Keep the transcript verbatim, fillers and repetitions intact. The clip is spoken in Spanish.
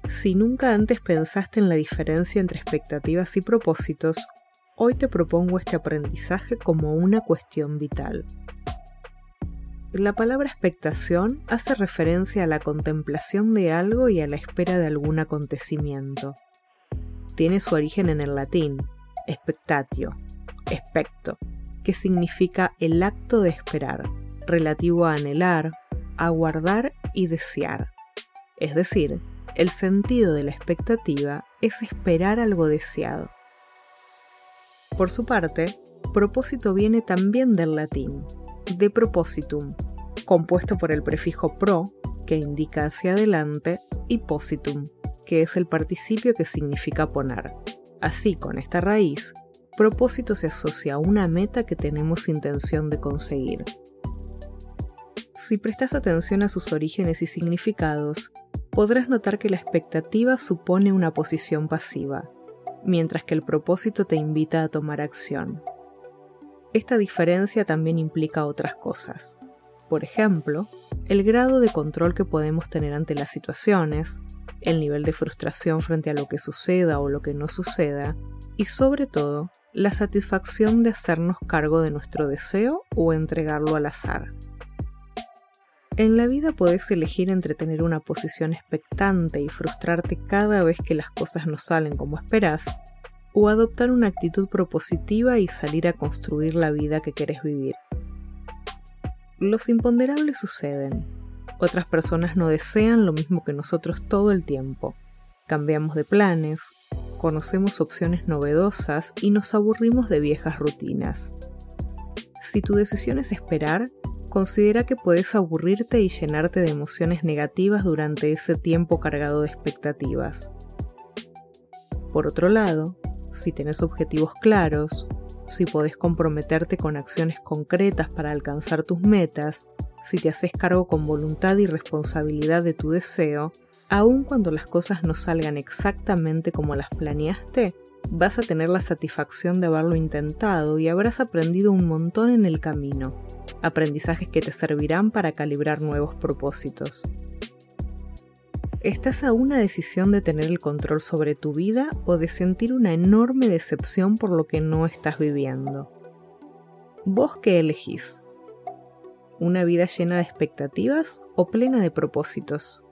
Si nunca antes pensaste en la diferencia entre expectativas y propósitos, hoy te propongo este aprendizaje como una cuestión vital. La palabra expectación hace referencia a la contemplación de algo y a la espera de algún acontecimiento. Tiene su origen en el latín, expectatio, expecto, que significa el acto de esperar, relativo a anhelar, aguardar y desear. Es decir, el sentido de la expectativa es esperar algo deseado. Por su parte, propósito viene también del latín, de propositum, compuesto por el prefijo pro, que indica hacia adelante, y positum, que es el participio que significa poner. Así, con esta raíz, propósito se asocia a una meta que tenemos intención de conseguir. Si prestas atención a sus orígenes y significados, podrás notar que la expectativa supone una posición pasiva, mientras que el propósito te invita a tomar acción. Esta diferencia también implica otras cosas. Por ejemplo, el grado de control que podemos tener ante las situaciones, el nivel de frustración frente a lo que suceda o lo que no suceda, y sobre todo, la satisfacción de hacernos cargo de nuestro deseo o entregarlo al azar. En la vida podés elegir entre tener una posición expectante y frustrarte cada vez que las cosas no salen como esperás, o adoptar una actitud propositiva y salir a construir la vida que querés vivir. Los imponderables suceden. Otras personas no desean lo mismo que nosotros todo el tiempo. Cambiamos de planes, conocemos opciones novedosas y nos aburrimos de viejas rutinas. Si tu decisión es esperar, considera que puedes aburrirte y llenarte de emociones negativas durante ese tiempo cargado de expectativas. Por otro lado, si tenés objetivos claros, si podés comprometerte con acciones concretas para alcanzar tus metas, si te haces cargo con voluntad y responsabilidad de tu deseo, aun cuando las cosas no salgan exactamente como las planeaste, vas a tener la satisfacción de haberlo intentado y habrás aprendido un montón en el camino. Aprendizajes que te servirán para calibrar nuevos propósitos. ¿Estás a una decisión de tener el control sobre tu vida o de sentir una enorme decepción por lo que no estás viviendo? ¿Vos qué elegís? ¿Una vida llena de expectativas o plena de propósitos?